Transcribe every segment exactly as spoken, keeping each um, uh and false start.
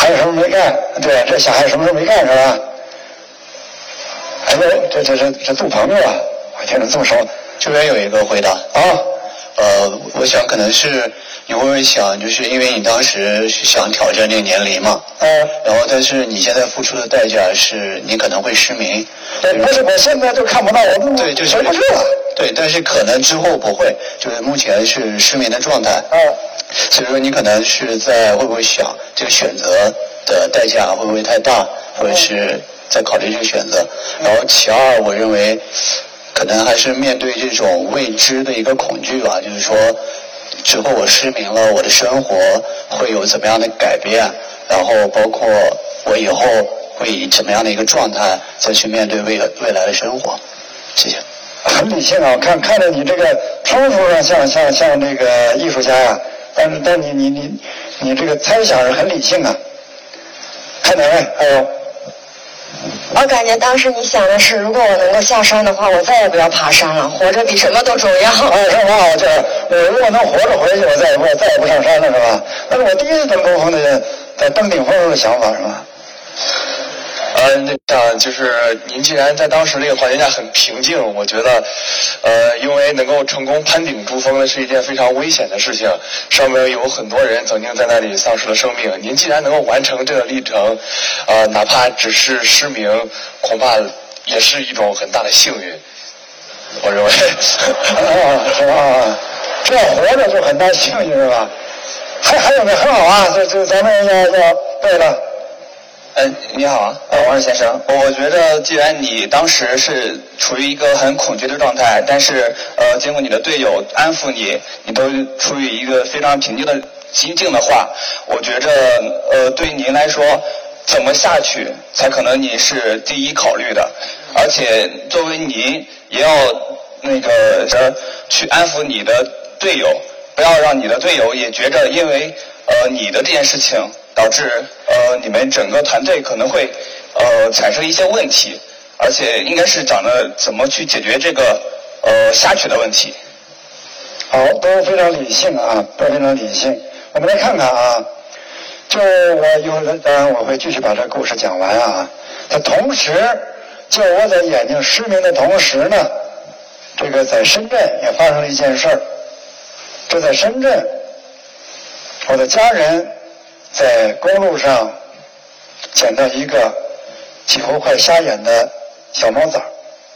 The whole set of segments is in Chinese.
还有什么没干？对，这想还有什么事没干是吧？哎呦，这这这这杜朋友啊，我听着这么说， 这边有一个回答啊， 呃，我想可能是你会不会想，就是因为你当时想挑战这个年龄嘛， 嗯， 然后但是你现在付出的代价是你可能会失明。 对，不是我现在就看不到，我都对，就是回不去了。 对，但是可能之后不会，就是目前是失明的状态。 嗯， 所以说你可能是在会不会想这个选择的代价会不会太大，或者是在考虑这个选择。然后其二，我认为可能还是面对这种未知的一个恐惧吧，就是说之后我失明了，我的生活会有怎么样的改变，然后包括我以后会以怎么样的一个状态再去面对未未来的生活。谢谢。 很理性啊，看看着你这个称呼上像像像这个艺术家呀、啊，但是但你你你你这个猜想是很理性啊。看哪位？还有。 我感觉当时你想的是，如果我能够下山的话，我再也不要爬山了，活着比什么都重要。 啊，是吧？这我如果能活着回去，我再也不再也不上山了，是吧？那是我第一次登高峰的，在登顶峰的想法，是吧？ 呃，那想就是您既然在当时那个环境下很平静，我觉得，呃，因为能够成功攀顶珠峰呢是一件非常危险的事情，上面有很多人曾经在那里丧失了生命。您既然能够完成这个历程，呃，哪怕只是失明，恐怕也是一种很大的幸运。我认为， 啊，是吧？这样活着就很大幸运，是吧？还还有没很好啊？这这咱们要要对了。 呃，你好啊，呃，王先生，我觉得既然你当时是处于一个很恐惧的状态，但是呃，经过你的队友安抚你，你都处于一个非常平静的心境的话，我觉着呃，对于您来说，怎么下去才可能你是第一考虑的，而且作为您也要那个去安抚你的队友，不要让你的队友也觉着因为呃你的这件事情。导致呃你们整个团队可能会呃产生一些问题，而且应该是讲的怎么去解决这个呃下去的问题。 好，都非常理性啊，都非常理性。我们来看看啊，就我有当然我会继续把这个故事讲完啊。它同时，就我在眼睛失明的同时呢，这个在深圳也发生了一件事儿。这在深圳，我的家人。在公路上捡到一个几乎快瞎眼的小猫崽儿，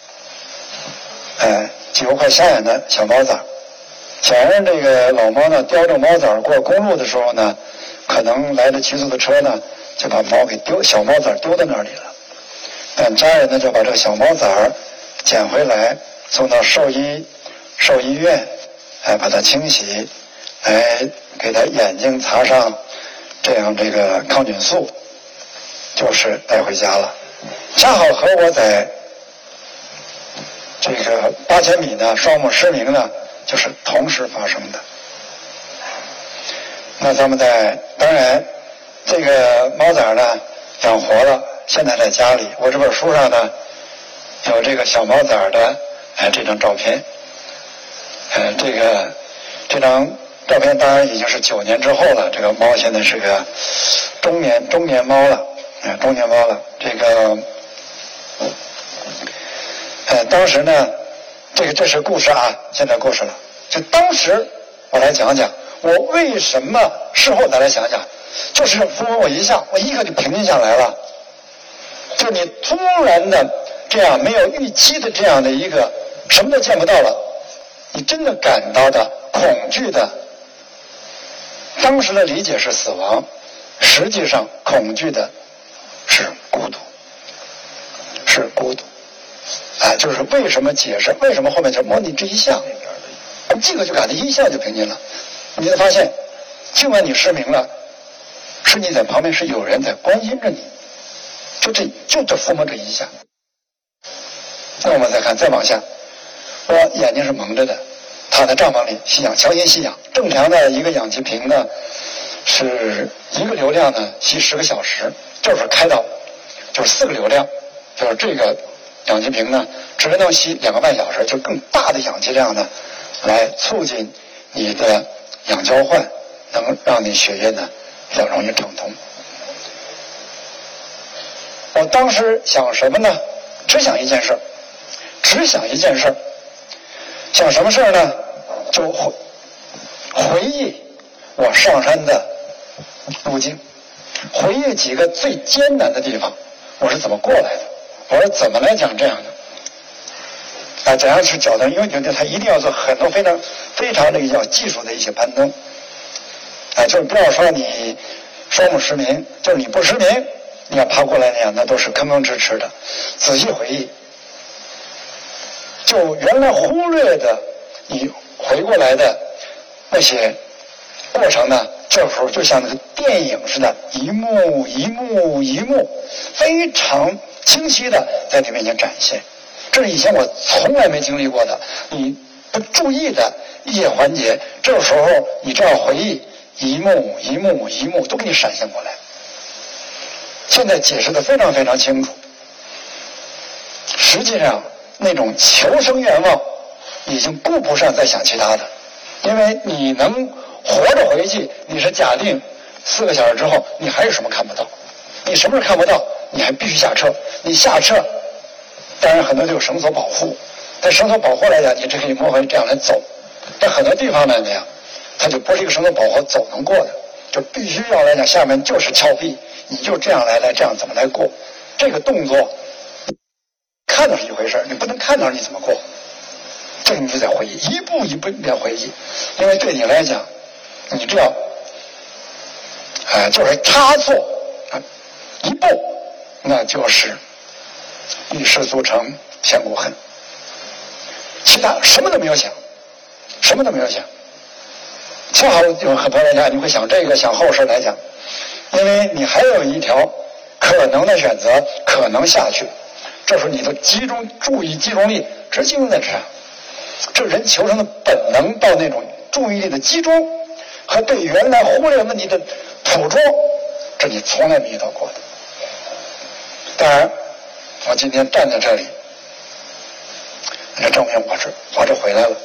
哎，几乎快瞎眼的小猫崽儿。想让这个老猫呢叼着猫崽儿过公路的时候呢，可能来着急速的车呢，就把猫给丢小猫崽儿丢在那里了。但家人呢就把这个小猫崽儿捡回来，送到兽医兽医院，哎，把它清洗，来给它眼睛擦上。这样这个抗菌素就是带回家了，恰好和我在这个八千米呢双目失明呢就是同时发生的。那咱们在当然这个猫崽呢养活了，现在在家里。我这本书上呢有这个小猫崽的哎这张照片，呃这个这张。照片当然已经是九年之后了，这个猫现在是个中年中年猫了，啊，中年猫了。这个，呃，当时呢，这个这是故事啊，现在故事了。就当时我来讲讲，我为什么事后再来想想，就是抚摸我一下，我一个就平静下来了。就你突然的这样没有预期的这样的一个什么都见不到了，你真的感到的恐惧的。当时的理解是死亡，实际上恐惧的是孤独，是孤独。啊，就是为什么解释？为什么后面就摸你这一下，这个就感觉一下就平静了。你会发现，尽管你失明了，是你在旁边是有人在关心着你，就这就这抚摸这一下。那我们再看，再往下，我眼睛是蒙着的。躺在帐篷里吸氧，强行吸氧。正常的一个氧气瓶呢，是一个流量呢吸十个小时，就是开到就是四个流量，就是这个氧气瓶呢只能吸两个半小时，就更大的氧气量呢，来促进你的氧交换，能让你血液呢比较容易畅通。 当时想什么呢？只想一件事，只想一件事，想什么事呢？就回回忆我上山的路径，回忆几个最艰难的地方，我是怎么过来的，我是怎么来讲这样的，啊，怎样去脚蹬？因为觉得他一定要做很多非常非常这个叫技术的一些攀登，啊，就是不要说你双目失明，就是你不失明，你要爬过来那样，那都是吭吭哧哧的。仔细回忆，就原来忽略的，你回过来的那些过程呢，这时候就像那个电影似的，一幕一幕一幕，非常清晰的在你面前展现。这是以前我从来没经历过的，你不注意的一些环节，这时候你这样回忆，一幕一幕一幕都给你闪现过来。现在解释的非常非常清楚。实际上，那种求生愿望已经顾不上再想其他的，因为你能活着回去，你是假定四个小时之后你还有什么看不到，你什么时候看不到，你还必须下撤。你下撤，当然很多就有绳索保护，但绳索保护来讲，你只可以摸回这样来走。但很多地方来讲，它就不是一个绳索保护走能过的，就必须要来讲下面就是峭壁，你就这样来来这样怎么来过？这个动作看到是一回事，你不能看到你怎么过。这个你就在回忆，一步一步在回忆，因为对你来讲，你这样，哎、呃，就是差错啊一步，那就是一失足成千古恨。其他什么都没有想，什么都没有想。恰好有很多人讲，你会想这个，想后事来讲，因为你还有一条可能的选择，可能下去。这时候你的集中注意集中力只集中在这上，这人求生的本能到那种注意力的集中和对原来忽略问题的捕捉，这你从来没遇到过的。当然，我今天站在这里，这证明我是活着回来了。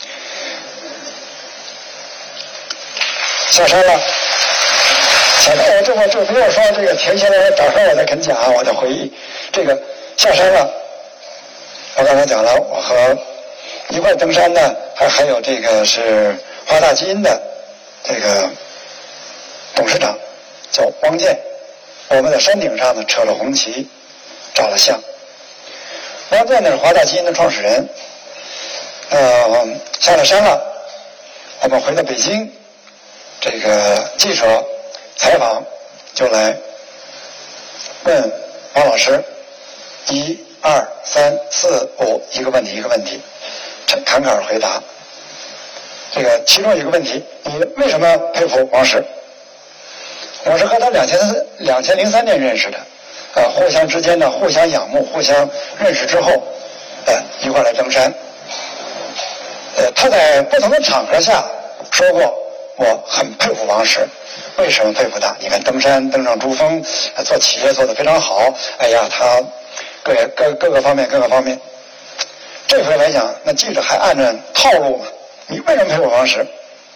下山了，下山我这我就不用说这个停下来掌声，我在肯讲啊，我在回忆这个。下山了，我刚才讲了，我和一块登山的，还还有这个是华大基因的这个董事长叫汪建，我们在山顶上呢扯了红旗，照了相。汪建呢是华大基因的创始人，呃，下了山了，我们回到北京，这个记者采访就来问王老师。一二三四五，一个问题一个问题，侃侃而回答。这个其中一个问题，你为什么佩服王石？我是和他两千两千零三年认识的，啊，互相之间呢互相仰慕，互相认识之后，呃，一块来登山。呃，他在不同的场合下说过，我很佩服王石。为什么佩服他？你看登山登上珠峰，做企业做得非常好。哎呀，他。各各各个方面，各个方面，这回来讲，那记者还按照套路嘛？你为什么佩服王石？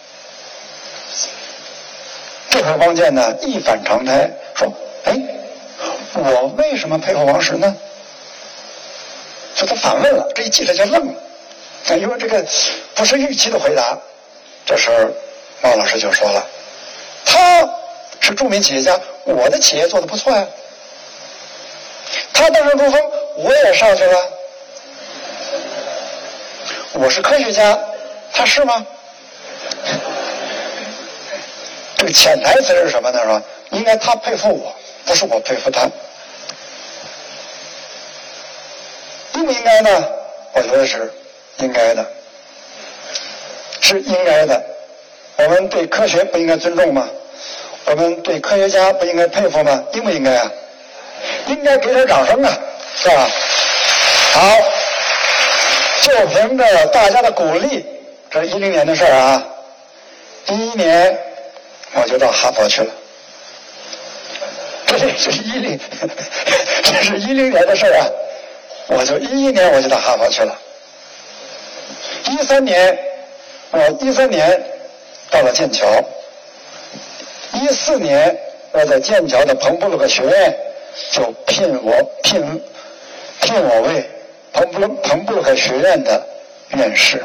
这回汪建呢一反常态说：“哎，我为什么佩服王石呢？”所以他反问了，这一记者就愣了，因为这个不是预期的回答。这时候汪老师就说了：“他是著名企业家，我的企业做得不错呀。”他登上珠峰，我也上去了。我是科学家，他是吗？这个潜台词是什么呢？是吧？应该他佩服我，不是我佩服他。应不应该呢？我觉得是应该的，是应该的。我们对科学不应该尊重吗？我们对科学家不应该佩服吗？应不应该啊？应该给点掌声啊，是吧？好，就凭着大家的鼓励，这是一零年的事儿啊。一一年我就到哈佛去了，这是这是一零，这是一零年的事儿啊。我就一一年我就到哈佛去了。一三年，我一三年到了剑桥。一四年我在剑桥的彭布鲁克学院就聘我聘聘我为彭布彭布鲁克学院的院士。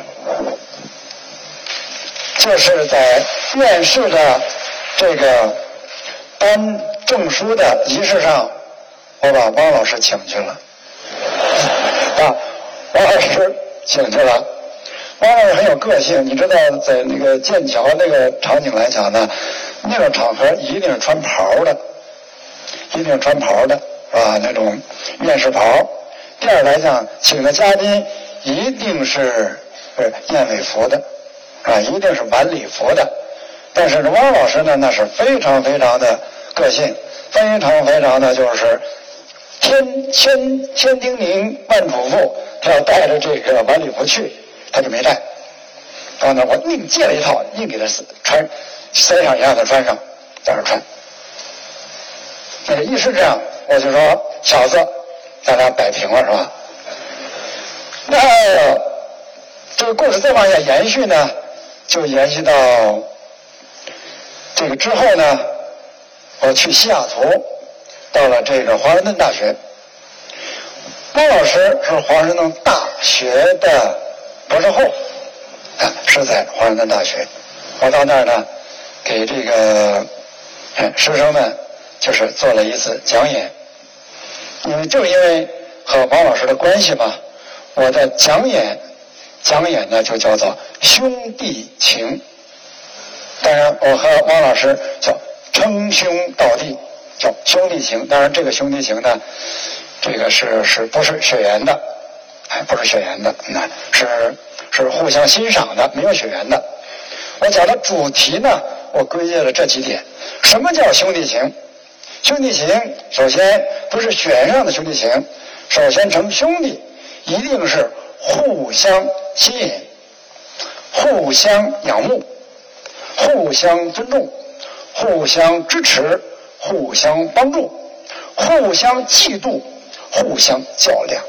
就是在院士的这个颁证书的仪式上，我把汪老师请去了，啊，汪老师请去了。汪老师很有个性，你知道，在那个剑桥那个场景来讲呢，那种场合一定是穿袍的，一定是穿袍的，是吧？那种院士袍。第二来讲，请的嘉宾一定是是燕尾服的。啊，一定是晚礼服的，但是汪老师呢，那是非常非常的个性，非常非常的就是千千千叮咛万嘱咐，他要带着这个晚礼服去，他就没带。然后呢，我硬借了一套，硬给他穿，塞上一让他穿上，在这穿。那个一是这样，我就说小子，咱俩摆平了是吧？那这个故事再往下延续呢？就延续到这个之后呢，我去西雅图，到了这个华盛顿大学。汪老师是华盛顿大学的博士后，啊，是在华盛顿大学。我到那儿呢，给这个师生们就是做了一次讲演。因为就因为和汪老师的关系嘛，我的讲演。讲演呢就叫做兄弟情，当然我和汪老师叫称兄道弟，叫兄弟情。当然这个兄弟情呢，这个是是不是血缘的？哎，不是血缘的，那是是互相欣赏的，没有血缘的。我讲的主题呢，我归结了这几点。什么叫兄弟情？兄弟情首先不是血缘上的兄弟情，首先成兄弟一定是互相吸引，互相仰慕，互相尊重，互相支持，互相帮助，互相嫉妒，互相较量。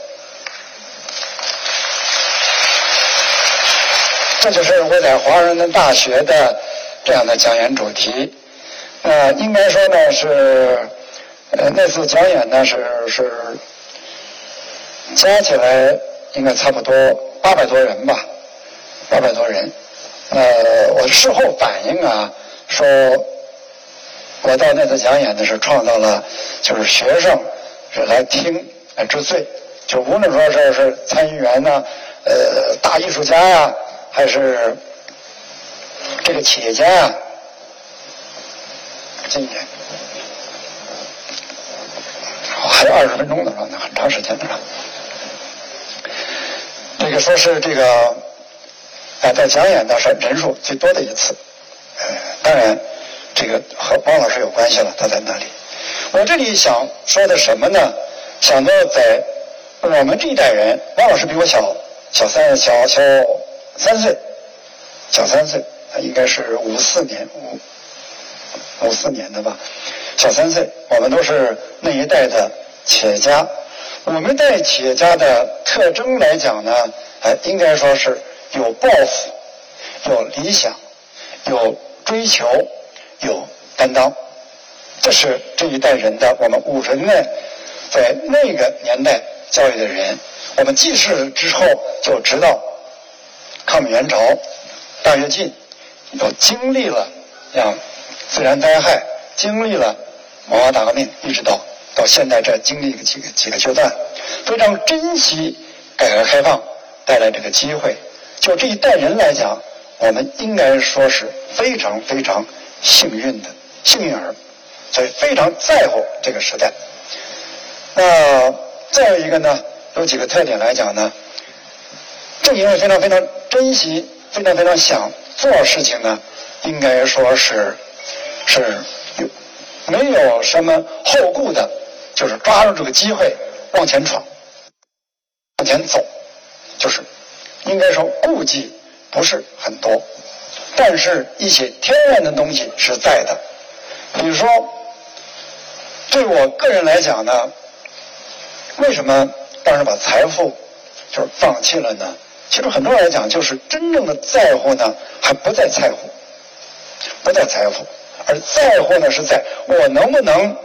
这就是我在华盛顿大学的这样的讲演主题。呃，应该说呢是，呃，那次讲演呢是是加起来应该差不多八百多人吧，八百多人。呃，我事后反映啊，说我到那次讲演呢是创造了就是学生是来听来之最，就无论说是是参议员呢，呃，大艺术家呀、啊，还是这个企业家呀、啊。今年还有二十分钟呢，那很长时间了。这个说是这个，哎，在讲演的是人数最多的一次。呃，当然，这个和汪老师有关系了，他在那里。我这里想说的什么呢？想到在我们这一代人，汪老师比我小小三小小三岁，小三岁，他应该是五四年五。五四年的吧，小三岁，我们都是那一代的企业家。我们在企业家的特征来讲呢，哎，应该说是有抱负、有理想、有追求、有担当。这是这一代人的我们五十年代在那个年代教育的人。我们记事之后就知道，抗美援朝、大跃进，又经历了像自然灾害，经历了文化大革命，一直到到现在这经历几个几个阶段，非常珍惜改革开放带来这个机会。就这一代人来讲，我们应该说是非常非常幸运的幸运儿，所以非常在乎这个时代。那再有一个呢，有几个特点来讲呢，正因为非常非常珍惜，非常非常想做事情呢，应该说是。是有没有什么后顾的，就是抓住这个机会往前闯，往前走，就是应该说顾忌不是很多，但是一些天然的东西是在的。比如说，对我个人来讲呢，为什么当时把财富就是放弃了呢？其实很多人来讲，就是真正的在乎呢，还不在财富，不在财富。而在乎呢，是在我能不能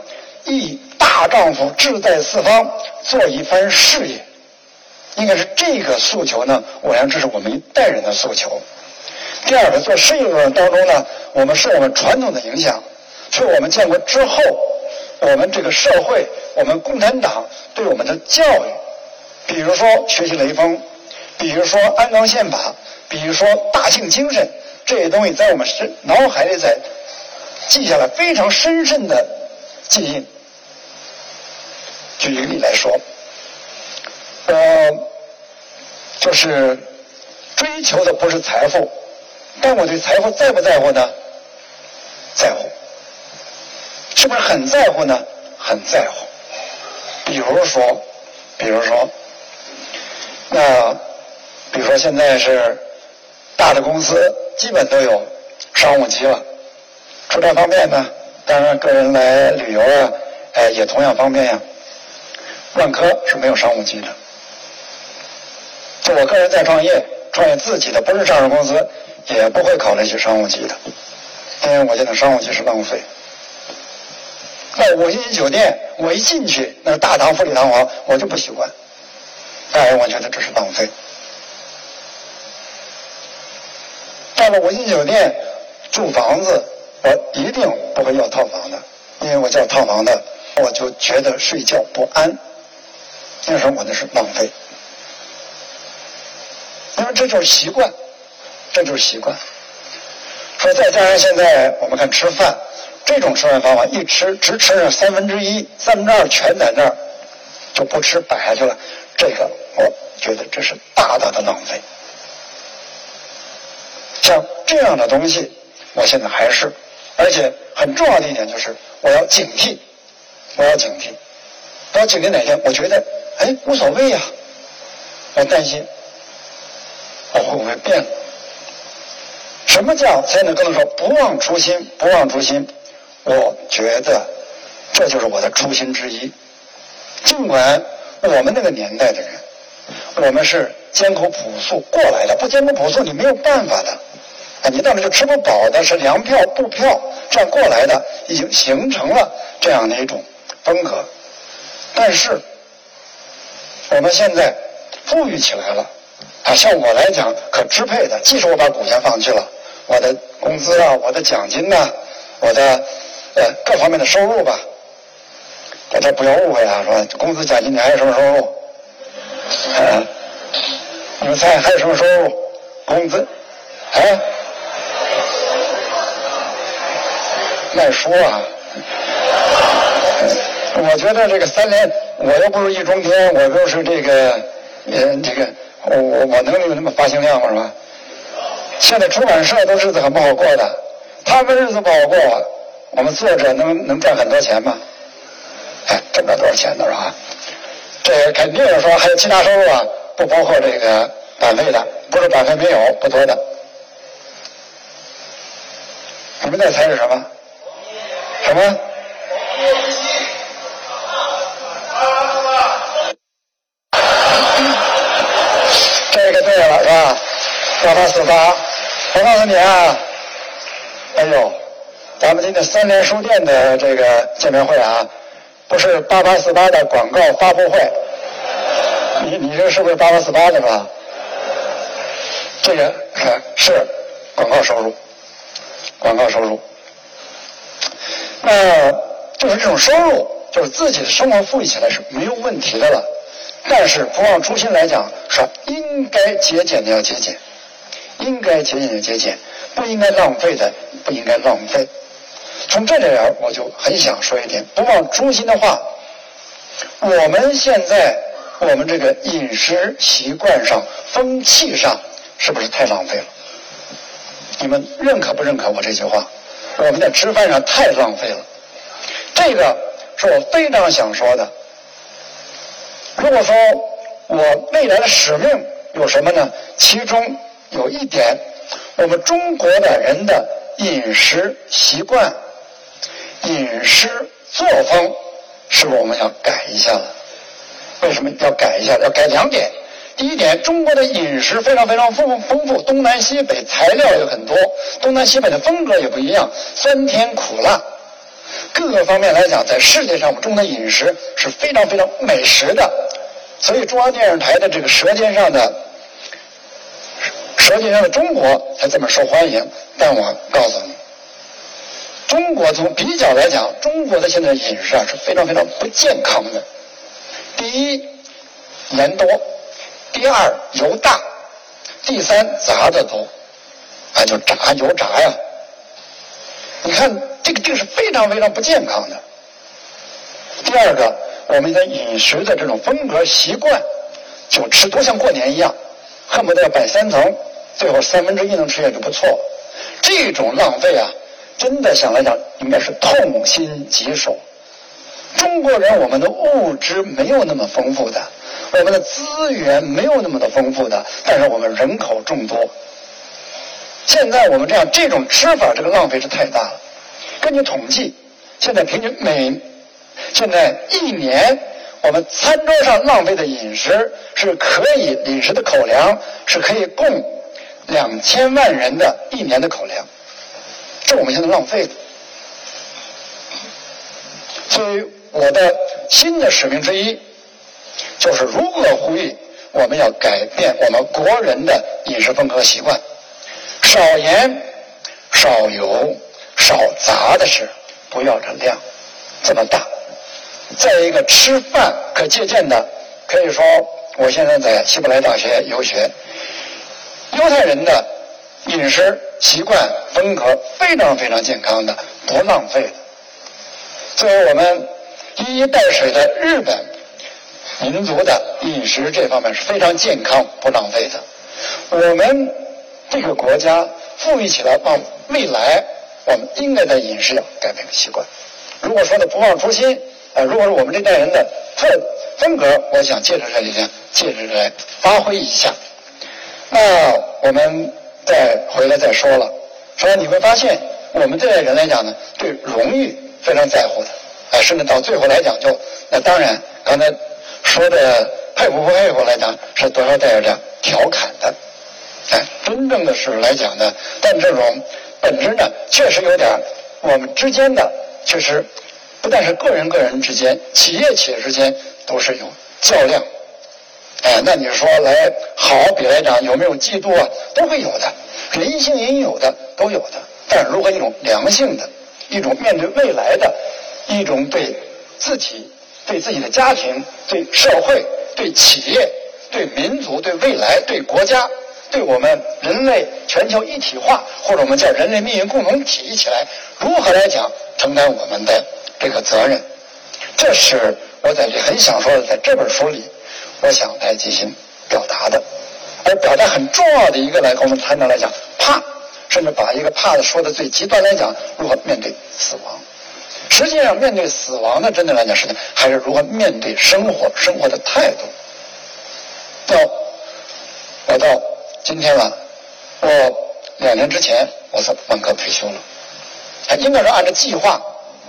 亦大丈夫志在四方，做一番事业。应该是这个诉求呢，我想这是我们一代人的诉求。第二个，做事业过程当中呢，我们受我们传统的影响，受我们建国之后，我们这个社会，我们共产党对我们的教育，比如说学习雷锋，比如说安钢宪法，比如说大庆精神，这些东西在我们身脑海里在记下来非常深深的记忆。举一个例来说，呃，就是追求的不是财富，但我对财富在不在乎呢？在乎。是不是很在乎呢？很在乎。比如说，比如说，那比如说现在是大的公司基本都有商务机了，出差方面呢，当然个人来旅游啊，哎也同样方便呀。万科是没有商务机的。就我个人在创业，创业自己的不是上市公司，也不会考虑去商务机的，因为我觉得商务机是浪费。在五星级酒店，我一进去那是大堂富丽堂皇，我就不习惯。当然，我觉得这是浪费。到了五星级酒店住房子，我一定不会要套房的，因为我叫套房的，我就觉得睡觉不安。那时候我那是浪费，因为这就是习惯，这就是习惯。说再加上现在我们看吃饭。这种吃饭方法一吃只吃上三分之一、三分之二全在那儿，就不吃摆下去了。这个我觉得这是大大的浪费。像这样的东西，我现在还是，而且很重要的一点就是我要警惕，我要警惕，我要警惕哪天我觉得哎无所谓呀、啊，我担心我会不会变了？什么叫才能跟他说不忘初心？不忘初心。我觉得这就是我的初心之一。尽管我们那个年代的人，我们是艰苦朴素过来的，不艰苦朴素你没有办法的。啊，你到那就吃不饱的，是粮票布票这样过来的，已经形成了这样的一种风格。但是我们现在富裕起来了，啊，像我来讲可支配的，即使我把股权放弃了，我的工资啊，我的奖金呐、啊，我的呃，各方面的收入吧，大家不要误会啊！说工资奖金你还有什么收入？啊，你们猜还有什么收入？工资？啊？卖书啊？我觉得这个三联，我又不是易中天，我又是这个，呃，这个我我能有那么发行量吗？是吧？现在出版社都日子很不好过的，他们日子不好过。我们作者能能赚很多钱吗？哎，挣不了多少钱的是吧？这肯定是说还有其他收入啊，不包括这个版费的，不是版费没有不多的。你们在猜是什么？什么？这个对了是吧？八八四八，我告诉你啊，哎呦。咱们今天三联书店的这个见面会啊，不是八八四八的广告发布会。你你这是不是八八四八的吧？这个是广告收入，广告收入。那就是这种收入，就是自己的生活富裕起来是没有问题的了。但是不忘初心来讲，说应该节俭的要节俭，应该节俭的节俭，不应该浪费的不应该浪费。从这里来，我就很想说一点，不忘初心的话，我们现在我们这个饮食习惯上、风气上，是不是太浪费了？你们认可不认可我这句话？我们在吃饭上太浪费了，这个是我非常想说的。如果说我未来的使命有什么呢？其中有一点，我们中国的人的饮食习惯、饮食作风，是不是我们要改一下了？为什么要改一下？要改两点。第一点，中国的饮食非常非常丰丰富，东南西北材料有很多，东南西北的风格也不一样，酸甜苦辣。 各个方面来讲，在世界上我们中国的饮食是非常非常美食的，所以中央电视台的这个《舌尖上的舌尖上的中国》才这么受欢迎。但我告诉你，中国从比较来讲，中国的现在饮食啊是非常非常不健康的。第一，盐多；第二，油大；第三，炸的多，啊，就炸油炸呀。你看，这个这个是非常非常不健康的。第二个，我们的饮食的这种风格习惯，就吃都像过年一样，恨不得要摆三层，最后三分之一能吃也就不错了。这种浪费啊，真的想来讲，应该是痛心疾首。中国人，我们的物质没有那么丰富的，我们的资源没有那么的丰富的，但是我们人口众多。现在我们这样这种吃法，这个浪费是太大了。根据统计，现在平均每现在一年我们餐桌上浪费的饮食是可以饮食的口粮是可以供两千万人的一年的口粮，这我们现在浪费的。所以我的新的使命之一，就是如何呼吁我们要改变我们国人的饮食风格习惯，少盐、少油、少杂的事，不要这量这么大。再一个，吃饭可借鉴的，可以说我现在在希伯来大学游学，犹太人的饮食习惯风格非常非常健康的，不浪费的。作为我们一衣带水的日本民族的饮食这方面是非常健康不浪费的。我们这个国家富裕起来，往未来我们应该在饮食上改变习惯。如果说的不忘初心，呃，如果是我们这代人的特风格，我想借着这里呢，借着来发挥一下。那我们再回来再说了，说你会发现我们这代人来讲呢，对荣誉非常在乎的，哎，甚至到最后来讲就，那当然刚才说的佩服不佩服来讲，是多少带着点调侃的，哎，真正的是来讲呢，但这种本质呢，确实有点我们之间的，确实不但是个人个人之间，企业企业之间都是有较量。哎，那你说来好比来讲有没有嫉妒啊？都会有的，人性应有的都有的。但是如何一种良性的，一种面对未来的，一种对自己、对自己的家庭、对社会、对企业、对民族、对未来、对国家、对我们人类全球一体化，或者我们叫人类命运共同体一起来，如何来讲承担我们的这个责任？这是我在这很想说的，在这本书里我想来进行表达的。而表达很重要的一个来跟我们谈到来讲，怕，甚至把一个怕的说的最极端来讲，如何面对死亡。实际上面对死亡的真的来讲事情，还是如何面对生活，生活的态度。到我到今天了，我两年之前我从本科退休了，应该是按照计划，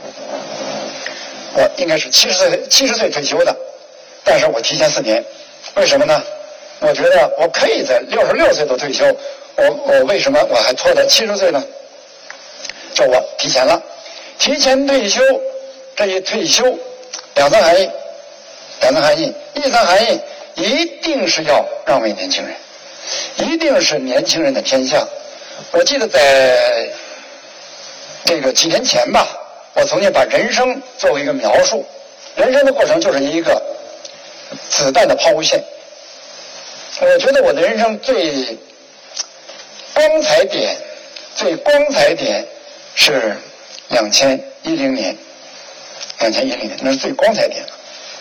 我应该是七十岁七十岁退休的，但是我提前四年，为什么呢？我觉得我可以在六十六岁都退休，我我为什么我还拖到七十岁呢？就我提前了，提前退休，这一退休两层含义，两层含义，一层含义一定是要让位年轻人，一定是年轻人的天下。我记得在这个几年前吧，我曾经把人生作为一个描述，人生的过程就是一个子弹的抛物线。我觉得我的人生最光彩点，最光彩点是两千一零年，两千一零年那是最光彩点了，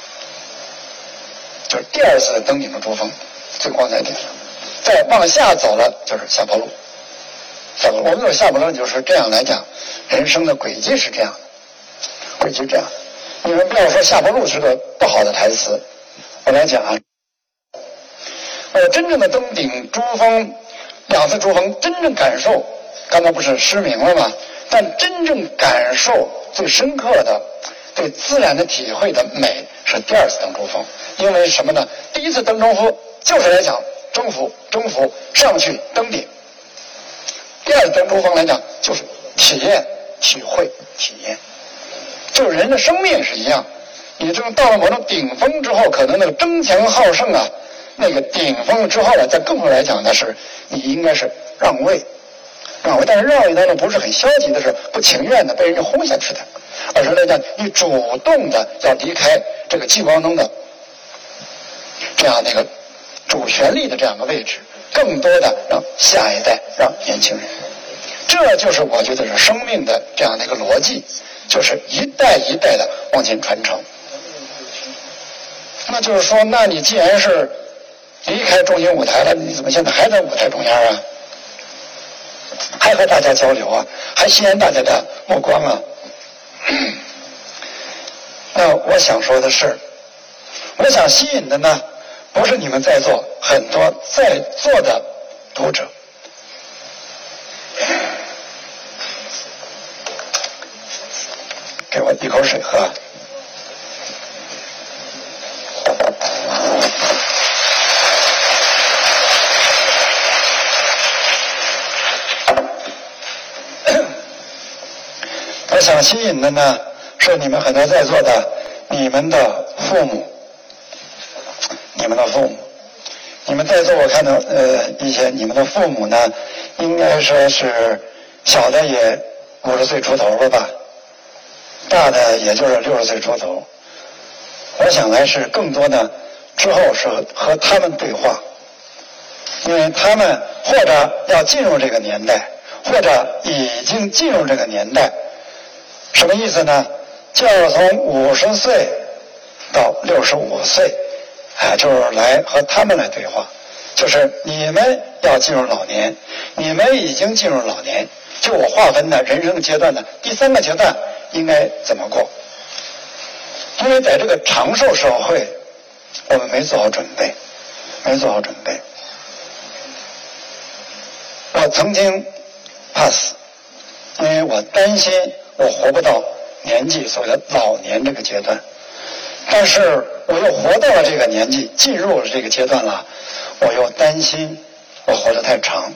就是第二次登顶的珠峰，最光彩点了。再往下走了就是下坡路，下坡路。我们说下坡路就是这样来讲，人生的轨迹是这样的，轨迹这样的。你们不要说下坡路是个不好的台词，我来讲啊。我真正的登顶珠峰，两次珠峰，真正感受，刚才不是失明了吗？但真正感受最深刻的，对自然的体会的美，是第二次登珠峰。因为什么呢？第一次登珠峰就是来讲征服，征服上去登顶；第二次登珠峰来讲就是体验、体会、体验。 就人的生命是一样，你这种到了某种顶峰之后，可能那个争强好胜啊，那个顶峰之后呢，在更后来讲呢，是你应该是让位，让位，但是让位当中不是很消极的，是不情愿的被人家轰下去的，而是来讲你主动的要离开这个聚光灯的这样的一个主旋律的这样的位置，更多的让下一代，让年轻人，这就是我觉得是生命的这样的一个逻辑，就是一代一代的往前传承。那就是说，那你既然是离开中心舞台了，你怎么现在还在舞台中央啊？还和大家交流啊？还吸引大家的目光啊？那我想说的是，我想吸引的呢，不是你们在座很多在座的读者，给我一口水喝。我想吸引的呢，是你们很多在座的你们的父母，你们的父母，你们在座我看到呃一些你们的父母呢，应该说是小的也五十岁出头了吧，大的也就是六十岁出头。我想来是更多的之后是和他们对话，因为他们或者要进入这个年代，或者已经进入这个年代。什么意思呢？就是从五十岁到六十五岁，哎，就是来和他们来对话。就是你们要进入老年，你们已经进入老年，就我划分的人生阶段的第三个阶段应该怎么过？因为在这个长寿社会，我们没做好准备，没做好准备。我曾经怕死，因为我担心我活不到年纪所谓的老年这个阶段，但是我又活到了这个年纪，进入了这个阶段了，我又担心我活得太长。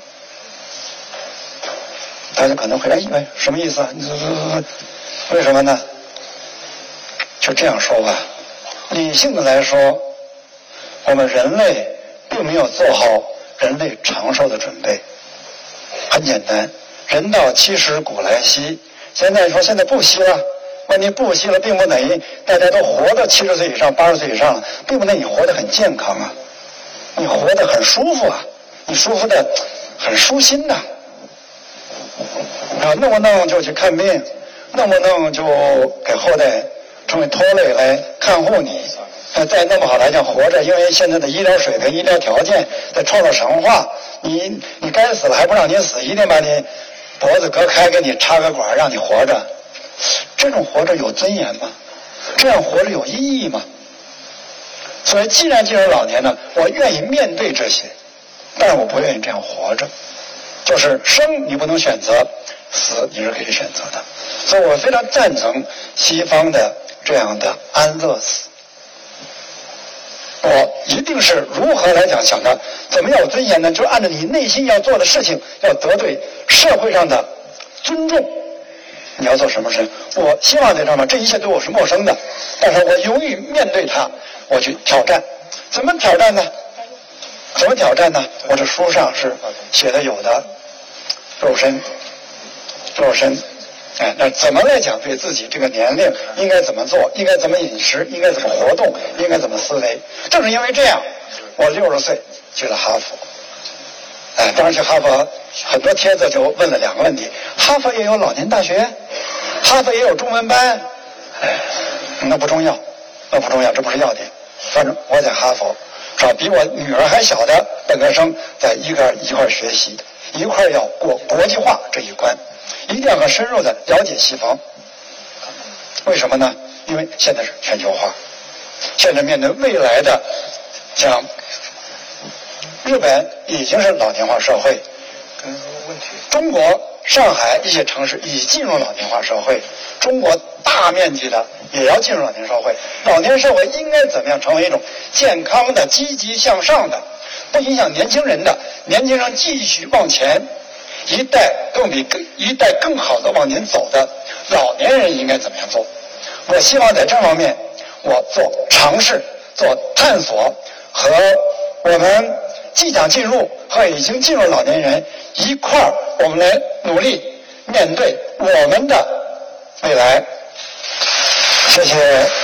大家可能会来以为什么意思啊？为什么呢？就这样说吧，理性的来说，我们人类并没有做好人类长寿的准备。很简单，人到七十古来稀。现在说现在不稀了，问题不稀了，并不等于大家都活到七十岁以上、八十岁以上了，并不等于你活得很健康啊，你活得很舒服啊，你舒服的很舒心呐、啊。啊，弄不弄就去看病，弄不弄就给后代成为拖累来看护你。呃，再弄不好来讲活着，因为现在的医疗水平、医疗条件在创造神话，你你该死了还不让你死，一定把你脖子割开，给你插个管让你活着，这种活着有尊严吗？这样活着有意义吗？所以既然进入老年呢，我愿意面对这些，但是我不愿意这样活着。就是生你不能选择，死你是可以选择的。所以我非常赞成西方的这样的安乐死。我一定是如何来讲想的，怎么样有尊严呢？就按照你内心要做的事情，要得对社会上的尊重。你要做什么事？我希望在这儿这一切对我是陌生的，但是我勇于面对它，我去挑战。怎么挑战呢？怎么挑战呢？我这书上是写的有的，肉身，肉身。哎，那怎么来讲对自己这个年龄应该怎么做，应该怎么饮食，应该怎么活动，应该怎么思维？正是因为这样，我六十岁去了哈佛。哎，当时去哈佛，很多帖子就问了两个问题：哈佛也有老年大学，哈佛也有中文班。哎，那不重要，那不重要，这不是要点。反正我在哈佛，找比我女儿还小的本科生在一个一块学习，一块要过国际化这一关。一定要很深入的了解西方，为什么呢？因为现在是全球化，现在面对未来的，像日本已经是老年化社会，中国上海一些城市已进入老年化社会，中国大面积的也要进入老年社会。老年社会应该怎么样成为一种健康的、积极向上的，不影响年轻人的，年轻人继续往前。一代更比更一代更好的往前走的老年人应该怎么样做？ 我希望在这方面我做尝试、做探索，和我们即将进入和已经进入老年人一块儿，我们来努力面对我们的未来。谢谢。